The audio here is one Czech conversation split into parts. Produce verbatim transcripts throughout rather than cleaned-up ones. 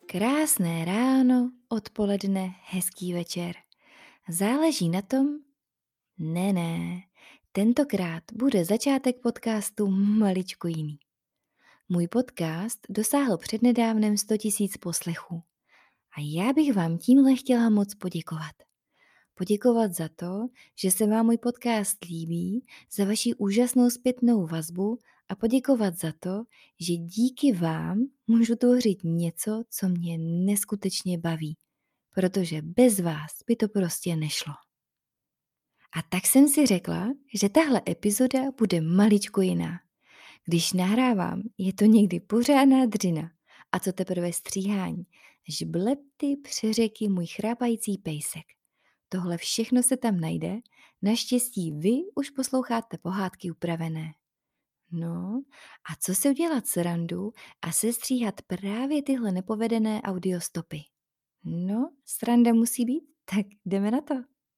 Krásné ráno, odpoledne, hezký večer. Záleží na tom? Ne, ne. Tentokrát bude začátek podcastu maličko jiný. Můj podcast dosáhl přednedávnem sto tisíc poslechů. A já bych vám tímhle chtěla moc poděkovat. Poděkovat za to, že se vám můj podcast líbí, za vaši úžasnou zpětnou vazbu a poděkovat za to, že díky vám můžu tvořit něco, co mě neskutečně baví, protože bez vás by to prostě nešlo. A tak jsem si řekla, že tahle epizoda bude maličko jiná. Když nahrávám, je to někdy pořádná dřina. A co teprve stříhání, žblepty, přeřeky, můj chrápající pejsek. Tohle všechno se tam najde, naštěstí vy už posloucháte pohádky upravené. No, a co si udělat srandu a sestříhat právě tyhle nepovedené audiostopy? No, sranda musí být, tak jdeme na to.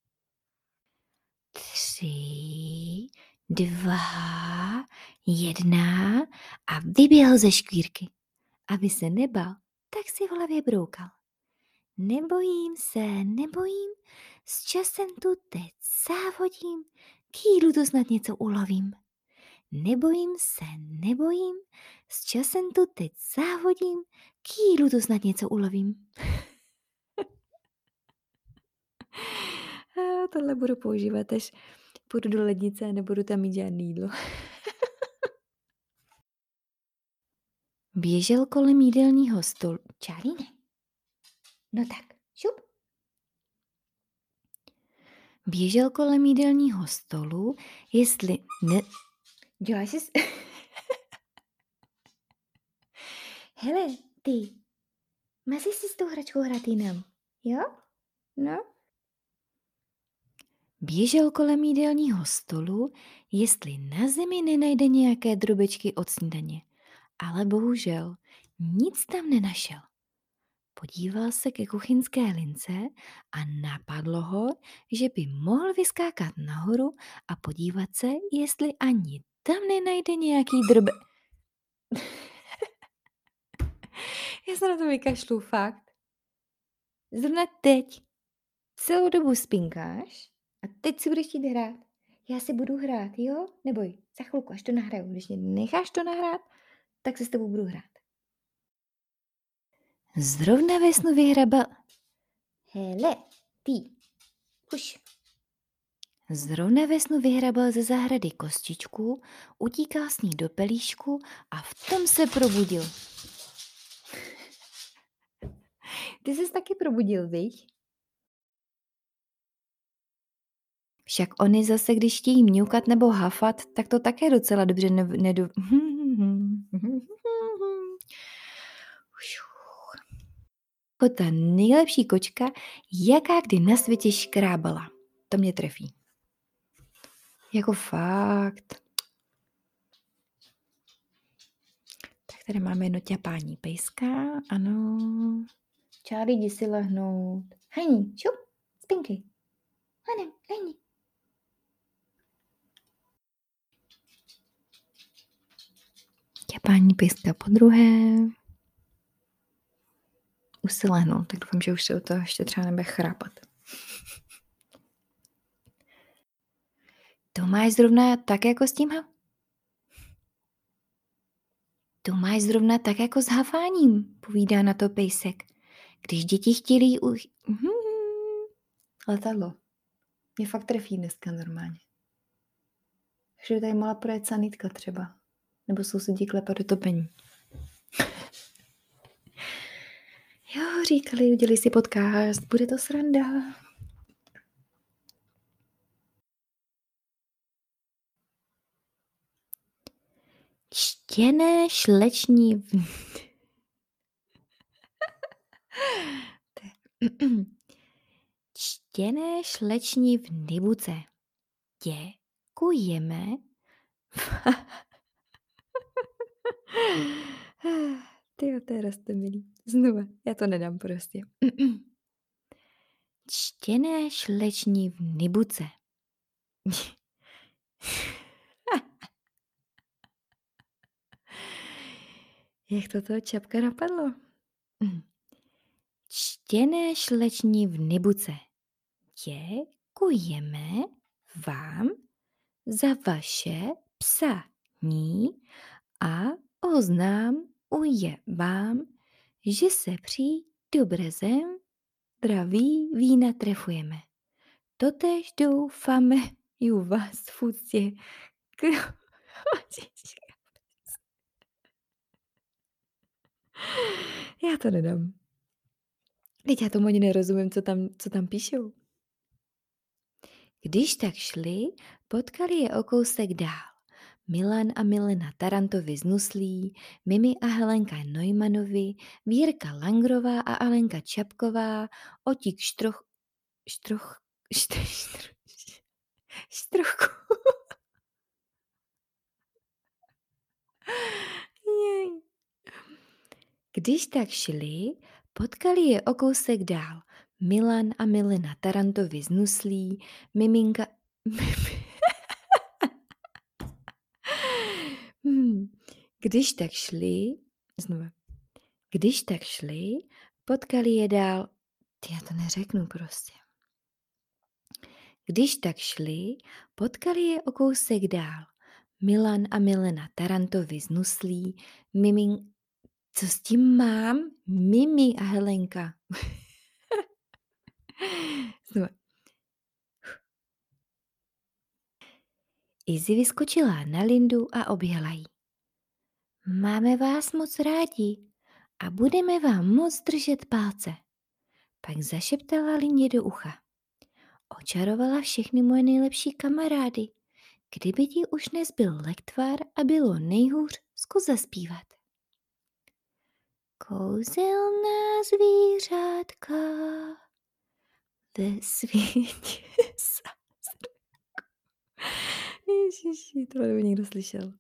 Tři, dva, jedna a vyběhl ze škvírky. Aby se nebal, tak si v hlavě broukal. Nebojím se, nebojím, s časem tu teď závodím, k jídlu tu snad něco ulovím. Nebojím se, nebojím, s časem tu teď závodím, k jídlu tu snad něco ulovím. A tohle budu používat, až půjdu do lednice a nebudu tam mít žádný jídlo. Běžel kolem jídelního stolu. Čárlí ne. No tak, šup. Běžel kolem jídelního stolu, jestli ne... Děláš si... Hele, ty, máš si s tou hračkou hrát jinam, jo? No? Běžel kolem jídelního stolu, jestli na zemi nenajde nějaké drobečky od snídaně. Ale bohužel nic tam nenašel. Podíval se ke kuchyňské lince a napadlo ho, že by mohl vyskákat nahoru a podívat se, jestli ani tam nenajde nějaký drbe... Já se na to vykašlu, fakt. Zrovna teď celou dobu spinkáš a teď si budeš chtít hrát. Já si budu hrát, jo? Neboj, za chvilku, až to nahraju. Když mě necháš to nahrát, tak se s tebou budu hrát. Zrovna ve snu vyhrabal... Hele, ty, už. Zrovna ve snu vyhrabal ze zahrady kostičku, utíkal s ní do pelíšku a v tom se probudil. Ty ses taky probudil, viď? Však oni zase, když chtějí mňukat nebo hafat, tak to také docela dobře ne- nedo... Jako ta nejlepší kočka, jaká kdy na světě škrábala. To mě trefí. Jako fakt. Tak tady máme jedno ťapání pejska, ano. Čáry, jdi si lehnout. Hejni, šup, spinky. Hejni, hejni. Ťapání pejska po druhé. Už si lehnul, tak doufám, že už se o toho ještě třeba nebude chrápat. To máš zrovna tak jako s tím ha? To máš zrovna tak jako s hafáním, povídá na to pejsek. Když děti chtěli u... Hmm. Letadlo. Mě fakt trefí dneska normálně. Takže tady mala projet sanitka třeba. Nebo sousedí klepat do topení. Jo, říkali, udělej si podcast, bude to sranda. Štěné šleční... V... Čtěné šleční v Nibuce. Děkujeme. Tyjo, teraz to milý. Znova, já to nedám prostě. Čtěné šleční v Nibuce. Jak to toho čapka napadlo? Čtěné šleční v Nibuce, děkujeme vám za vaše psaní a oznamuje vám, že se při dobrezem zdraví vína trefujeme. Totéž doufáme i u vás v úctě k... Já to nedám. Teď já tomu ani nerozumím, co tam, co tam píšou. Když tak šli, potkali je o kousek dál. Milan a Milena Tarantovi z Nuslí, Mimi a Helenka Neumanovi, Vírka Langrová a Alenka Čapková, Otík Štroch... Štroch... Štr, štr, štrochu. Jej. Když tak šli, potkali je o kousek dál. Milan a Milena Tarantovi z Nuslí, Miminka... Hmm. Když tak šli, znova, když tak šli, potkali je dál, ty já to neřeknu prostě. Když tak šli, potkali je o kousek dál. Milan a Milena Tarantovi z Nuslí, Mimin... Co s tím mám? Mimi a Helenka. Znova. Izzy vyskočila na Lindu a objela jí. Máme vás moc rádi a budeme vám moc držet palce. Pak zašeptala Lindě do ucha. Očarovala všechny moje nejlepší kamarády. Kdyby ti už nezbyl lektvar a bylo nejhůř, zkus zaspívat. Kouzelná zvířátka ve světě zázrak. Ježiši, tohle by někdo slyšel.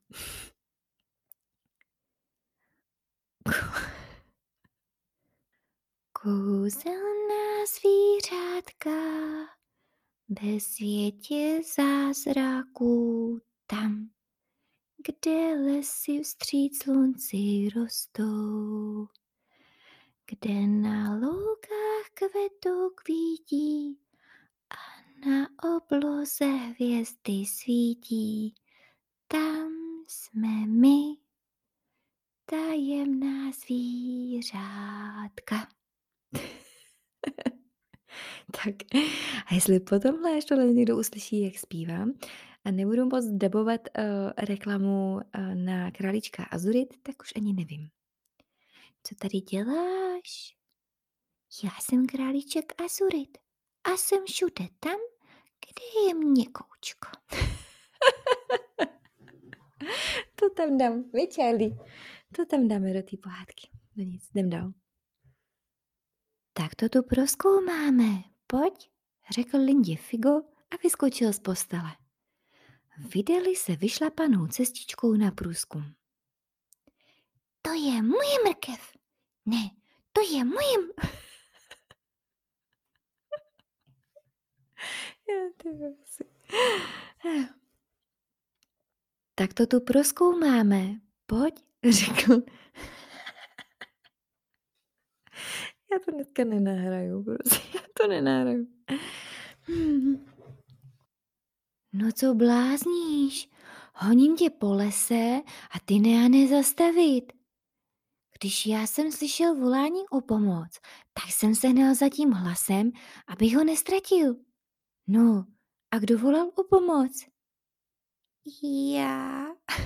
Kouzelná zvířátka ve světě zázraků, tam, kde lesy vstříc slunci rostou, kde na loukách kvetou kvítí a na obloze hvězdy svítí, tam jsme my, tajemná zvířátka. Tak a jestli potom až tohle někdo uslyší, jak zpívám, a nebudu moc dabovat uh, reklamu uh, na Králíčka Azurit, tak už ani nevím. Co tady děláš? Já jsem Králíček Azurit a jsem všude tam, kde je měkoučko. To tam dám, víš, Charlie? To tam dáme do té pohádky. No nic, jdem dál. Tak to tu prozkoumáme. Pojď, řekl Lindě Figo a vyskočil z postele. Vydali se vyšlapanou cestičkou na průzkum. To je moje mrkev. Ne, to je moje... Tak to tu prozkoumáme. Pojď, řekl. Já to dneska nenahraju, prostě. Já to nenahraju. Hmm. No co blázníš? Honím tě po lese a ty ne a nezastavit. Když já jsem slyšel volání o pomoc, tak jsem se hnal za tím hlasem, abych ho nestratil. No, a kdo volal o pomoc? Já.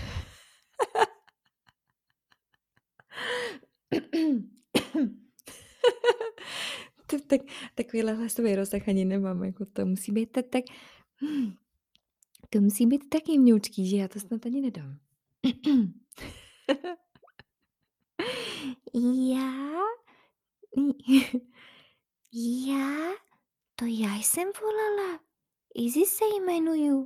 tak, takovýhle hlasový rozsah ani nemám, jako to musí být tak, tak hmm, to musí být taky mňoučký, že já to snad ani nedám. Já? Já? To já jsem volala. Izzy se jmenuju.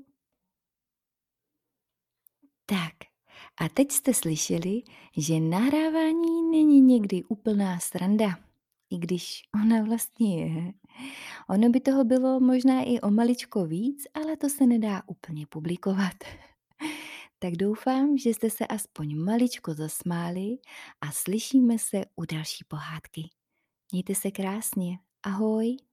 Tak, a teď jste slyšeli, že nahrávání není někdy úplná sranda. I když ona vlastně je. Ono by toho bylo možná i o maličko víc, ale to se nedá úplně publikovat. Tak doufám, že jste se aspoň maličko zasmáli a slyšíme se u další pohádky. Mějte se krásně. Ahoj.